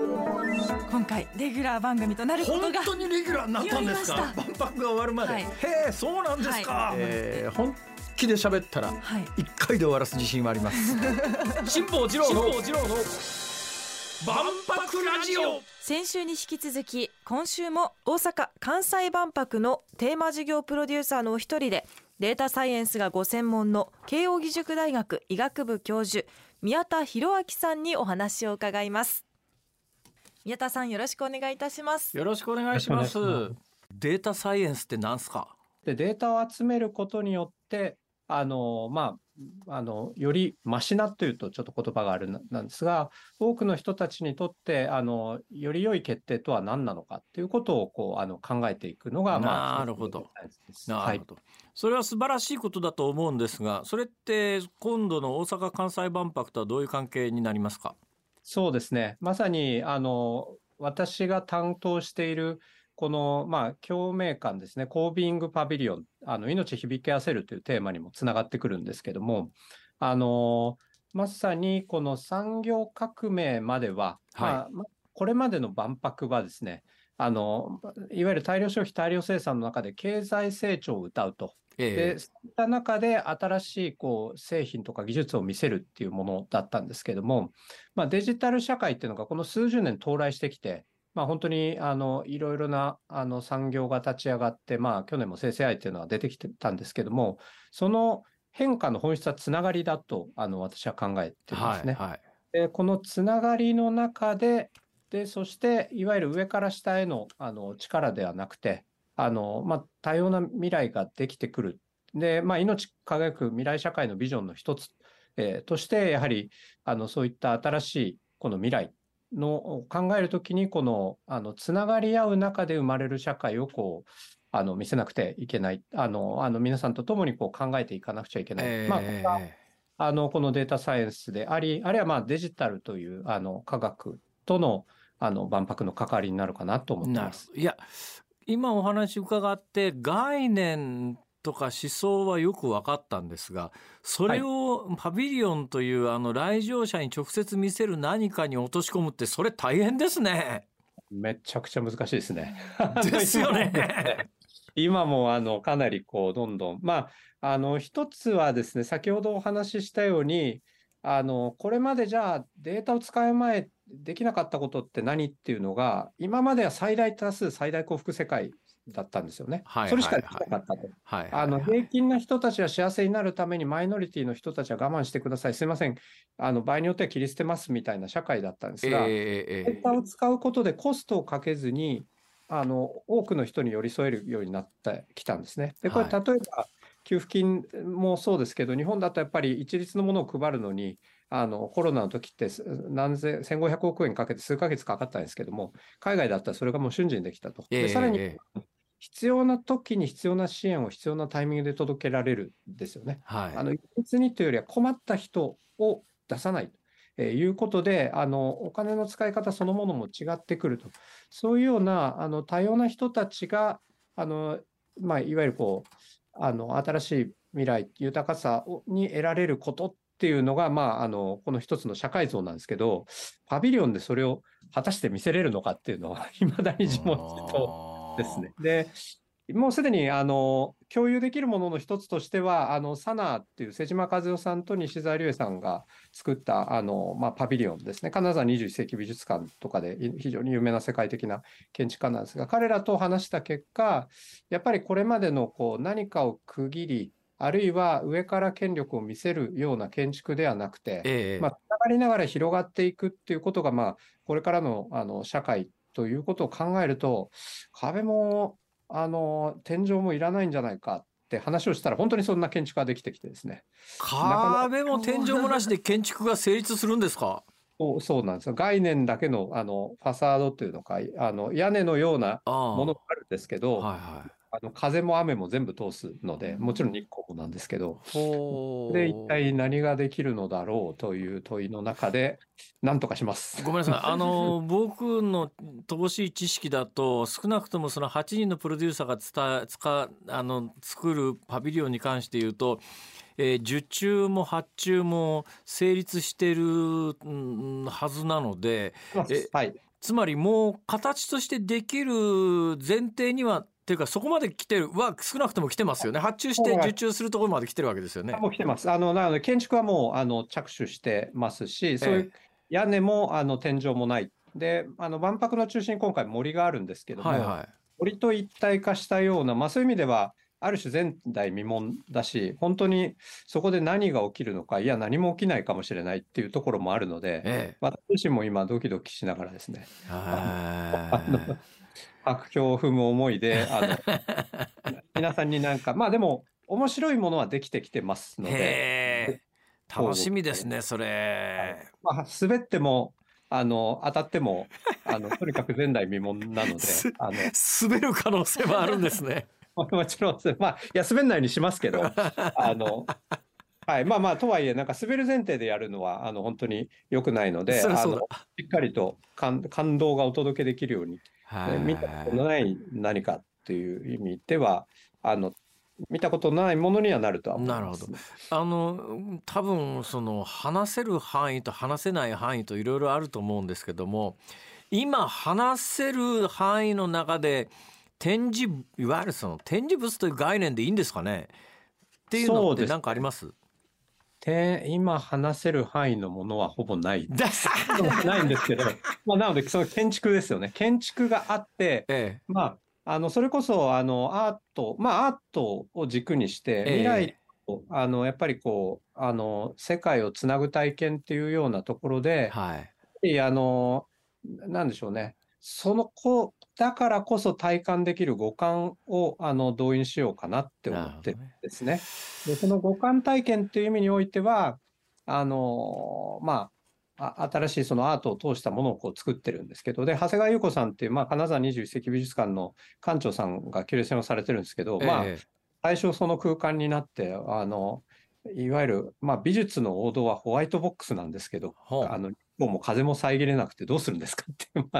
今回レギュラー番組となることが本当にレギュラーになったんですか？万博が終わるまで、 はい、 へえ、そうなんですか、 はい、 本気で喋ったら1回で終わらす自信はあります、辛坊治郎の万博ラジオ。 先週に引き続き今週も大阪・関西万博のテーマ事業プロデューサーのお一人でデータサイエンスがご専門の慶應義塾大学医学部教授宮田裕明さんにお話を伺います。宮田さん、よろしくお願いいたします。 よろしくお願いします。データサイエンスって何すか？ でデータを集めることによってよりマシなというとちょっと言葉があるなんですが、多くの人たちにとってより良い決定とは何なのかということを考えていくのがなるほど、なるほど、はい、それは素晴らしいことだと思うんですが、それって今度の大阪・関西万博とはどういう関係になりますか？ そうですね、まさに私が担当しているこの共鳴館ですね、コービングパビリオン、命響き合わせるというテーマにもつながってくるんですけども、まさにこの産業革命までは、これまでの万博はですね、いわゆる大量消費大量生産の中で経済成長を謳うと、でそういった中で新しい製品とか技術を見せるっていうものだったんですけども、デジタル社会っていうのがこの数十年到来してきて、本当にいろいろな産業が立ち上がって、去年も生成 AI っていうのは出てきてたんですけども、その変化の本質はつながりだと私は考えてるんですね。でこのつながりの中で、そしていわゆる上から下への力ではなくて、多様な未来ができてくる。で、命輝く未来社会のビジョンの一つ、として、やはりそういった新しいこの未来の考えるときに、このつながり合う中で生まれる社会を見せなくてはいけない。皆さんと共に考えていかなくちゃいけない。このデータサイエンスであり、あるいはデジタルという科学との万博の関わりになるかなと思っています。 いや、今お話伺って概念とか思想はよく分かったんですが、それをパビリオンという来場者に直接見せる何かに落とし込むって、それ大変ですね。 めちゃくちゃ難しいですね。 ですよね。 今もかなりどんどん一つはですね、先ほどお話ししたようにこれまでじゃあデータを使う前できなかったことって何っていうのが、今までは最大多数最大幸福世界だったんですよね。それしかできなかったと。平均な人たちは幸せになるためにマイノリティの人たちは我慢してください、すいません、場合によっては切り捨てますみたいな社会だったんですが、データを使うことでコストをかけずに多くの人に寄り添えるようになってきたんですね。でこれ例えば、給付金もそうですけど、日本だとやっぱり一律のものを配るのにコロナの時って1500億円かけて数ヶ月かかったんですけども、海外だったらそれがもう瞬時にできたと。でさらに必要な時に必要な支援を必要なタイミングで届けられるんですよね。一律にというよりは困った人を出さないということで、お金の使い方そのものも違ってくると。そういうような多様な人たちがいわゆる新しい未来、豊かさに得られることっていうのが、この一つの社会像なんですけど、パビリオンでそれを果たして見せれるのかっていうのは、未だに自問自答ですね。で、もうすでに共有できるものの一つとしては、サナーっていう瀬島和代さんと西澤隆英さんが作ったパビリオンですね。金沢21世紀美術館とかで非常に有名な世界的な建築家なんですが、彼らと話した結果、やっぱりこれまでの何かを区切り、あるいは上から権力を見せるような建築ではなくて、つながりながら広がっていくっていうことが、これからの社会ということを考えると、壁も天井もいらないんじゃないかって話をしたら、本当にそんな建築ができてきてですね。 壁も天井もなしで建築が成立するんですか？ そうなんですよ。概念だけのファサードというのか、屋根のようなものがあるんですけど、 風も雨も全部通すので、もちろん日光もなんですけど、 ほで、一体何ができるのだろうという問いの中で、なんとかします。 ごめんなさい。僕の乏しい知識だと、少なくともその8人のプロデューサーが作るパビリオンに関して言うと、受注も発注も成立してるはずなので、 はい。 つまりもう形としてできる前提にはっていうか、そこまで来てるは少なくとも来てますよね。発注して受注するところまで来てるわけですよね。 もう来てます。なので、建築はもう着手してますし、そういう屋根も天井もない。で、万博の中心に今回森があるんですけども、 はいはい。 森と一体化したような、そういう意味では、ある種前代未聞だし、本当にそこで何が起きるのか、いや、何も起きないかもしれないっていうところもあるので、私自身も今、ドキドキしながらですね、白氷を踏む思いで、皆さんになんか、でも、面白いものはできてきてますので、 楽しみですね、それ。 滑っても、当たっても、とにかく前代未聞なので、 滑る可能性もあるんですね。 もちろん、いや、滑んないようにしますけど、はい、とはいえ、なんか滑る前提でやるのは、本当に良くないので、しっかりと感動がお届けできるように、見たことのない何かっていう意味では、見たことのないものにはなるとは思います。 なるほど。多分その話せる範囲と話せない範囲といろいろあると思うんですけども、今話せる範囲の中でいわゆるその展示物という概念でいいんですかねっていうのって何かあります？ 今話せる範囲のものはほぼないないんですけど、なのでその建築ですよね。建築があって、それこそアートを軸にして未来とやっぱりこう世界をつなぐ体験っていうようなところで、なんでしょうね。だからこそ体感できる五感を動員しようかなって思ってるんですね。で、その五感体験っていう意味においては、新しいそのアートを通したものをこう作ってるんですけど、で、長谷川優子さんっていう、金沢21世紀美術館の館長さんがキュレーションをされてるんですけど、最初その空間になって、いわゆる、美術の王道はホワイトボックスなんですけど、もう風も遮れなくてどうするんですかっていう、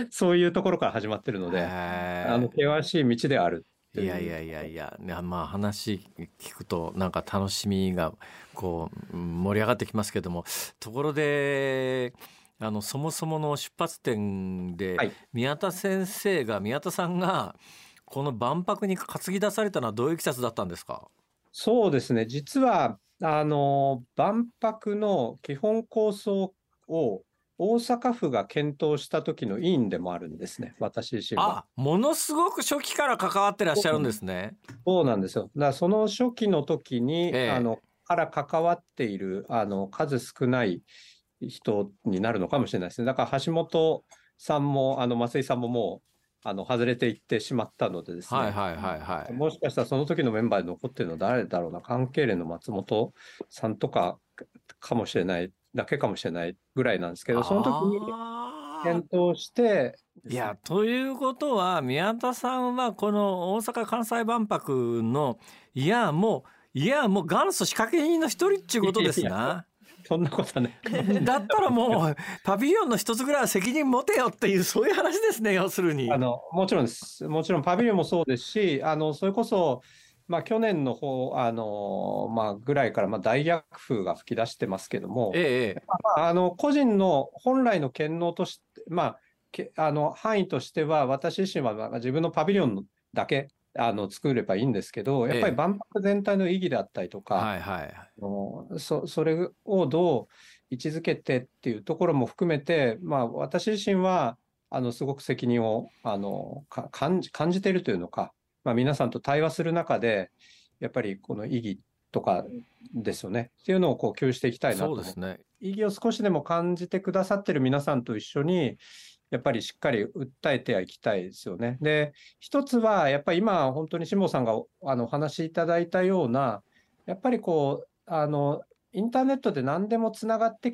そういうところから始まってるので、険しい道である。 いや、話聞くとなんか楽しみがこう盛り上がってきますけども、ところでそもそもの出発点で、宮田さんがこの万博に担ぎ出されたのはどういういきさつだったんですか？ そうですね、実は万博の基本構想を大阪府が検討した時の委員でもあるんですね、私自身は。 ものすごく初期から関わってらっしゃるんですね。 そうなんですよ。だからその初期の時に、から関わっている数少ない人になるのかもしれないですね。だから橋本さんも松井さんももう外れていってしまったのでですね、もしかしたらその時のメンバーで残ってるの誰だろうな、関係連の松本さんとかかもしれない、だけかもしれないぐらいなんですけど、その時に検討して、 いや、ということは宮田さんはこの大阪・関西万博のもう元祖仕掛け人の一人っていうことですな。 そんなことはね。 だったらもうパビリオンの一つぐらいは責任持てよっていう、そういう話ですね、要するに。 もちろんです。もちろんパビリオンもそうですし、それこそ去年の方ぐらいから大逆風が吹き出してますけども、個人の本来の権能として範囲としては私自身は自分のパビリオンだけ作ればいいんですけど、やっぱり万博全体の意義であったりとか、それをどう位置づけてっていうところも含めて、私自身はすごく責任を感じているというのか、皆さんと対話する中でやっぱりこの意義とかですよねっていうのを共有していきたいなと思って、 そうですね、 意義を少しでも感じてくださってる皆さんと一緒にやっぱりしっかり訴えてはいきたいですよね。で、一つはやっぱり今本当に辛坊さんがお話しいただいたような、やっぱりインターネットで何でもつながってきたっ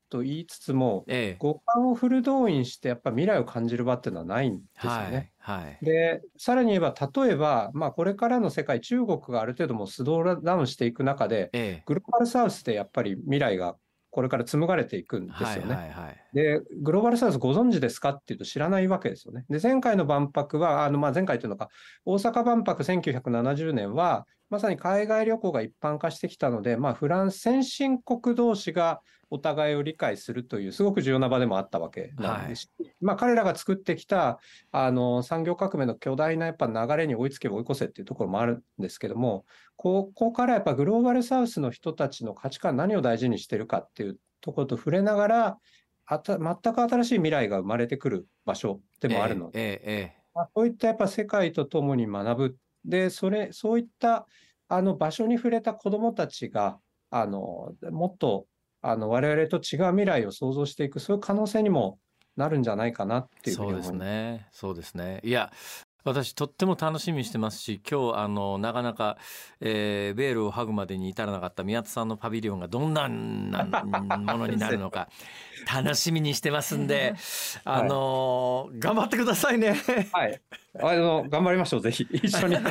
と言いつつも、五感をフル動員してやっぱ未来を感じる場っていうのはないんですよね。で、さらに言えば、例えば、これからの世界、中国がある程度もうスローダウンしていく中で、グローバルサウスでやっぱり未来がこれから紡がれていくんですよね。で、グローバルサウスご存知ですかっていうと知らないわけですよね。で、前回の万博は、前回というのか、大阪万博1970年は、まさに海外旅行が一般化してきたので、フランス先進国同士がお互いを理解するというすごく重要な場でもあったわけなんです。彼らが作ってきた産業革命の巨大なやっぱ流れに追いつけば追い越せっていうところもあるんですけども、ここからやっぱグローバルサウスの人たちの価値観、何を大事にしてるかっていうところと触れながら、全く新しい未来が生まれてくる場所でもあるので、そういったやっぱ世界とともに学ぶ。で、そういった場所に触れた子どもたちがもっと我々と違う未来を想像していく、そういう可能性にもなるんじゃないかなっていうふうに思います。 そうですね。いや、私とっても楽しみにしてますし、今日なかなか、ベールを剥ぐまでに至らなかった宮田さんのパビリオンがどんなものになるのか楽しみにしてますんで、頑張ってくださいね。 頑張りましょう、ぜひ一緒に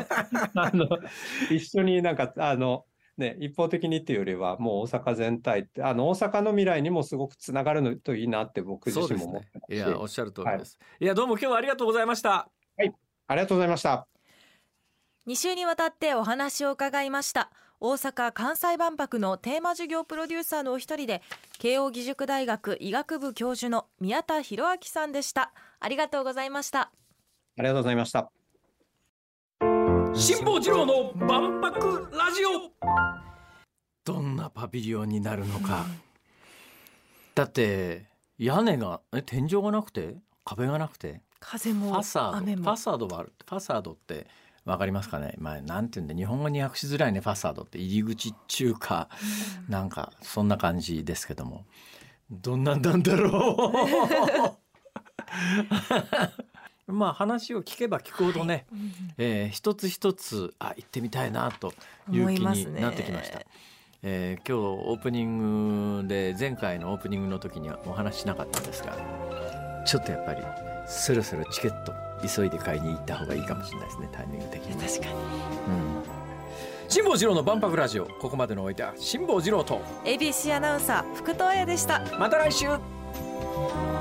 一緒になんか一方的にっていうよりは、もう大阪全体って大阪の未来にもすごくつながるのといいなって僕自身も思ってますし。 いや、おっしゃる通りです。いや、どうも今日はありがとうございました。 ありがとうございました。 2週にわたってお話を伺いました。大阪・関西万博のテーマ授業プロデューサーのお一人で、慶應義塾大学医学部教授の宮田裕章さんでした。ありがとうございました。 ありがとうございました。 辛坊治郎の万博ラジオ。どんなパビリオンになるのか。だって屋根が天井がなくて壁がなくて、 風も雨も、 ファサードがある。ファサードってわかりますかね。なんていうんで日本語に訳しづらいね。ファサードって入り口中華、なんかそんな感じですけども、どんなんなんだろう。話を聞けば聞くほどね、一つ一つ行ってみたいなという気になってきました。今日オープニングで、前回のオープニングの時にはお話しなかったんですが、ちょっとやっぱりそろそろチケット急いで買いに行った方がいいかもしれないですね、タイミング的に。 確かに。 辛坊治郎の万博ラジオ、ここまでのお相手は辛坊治郎と ABC アナウンサー福藤彩でした。 また来週。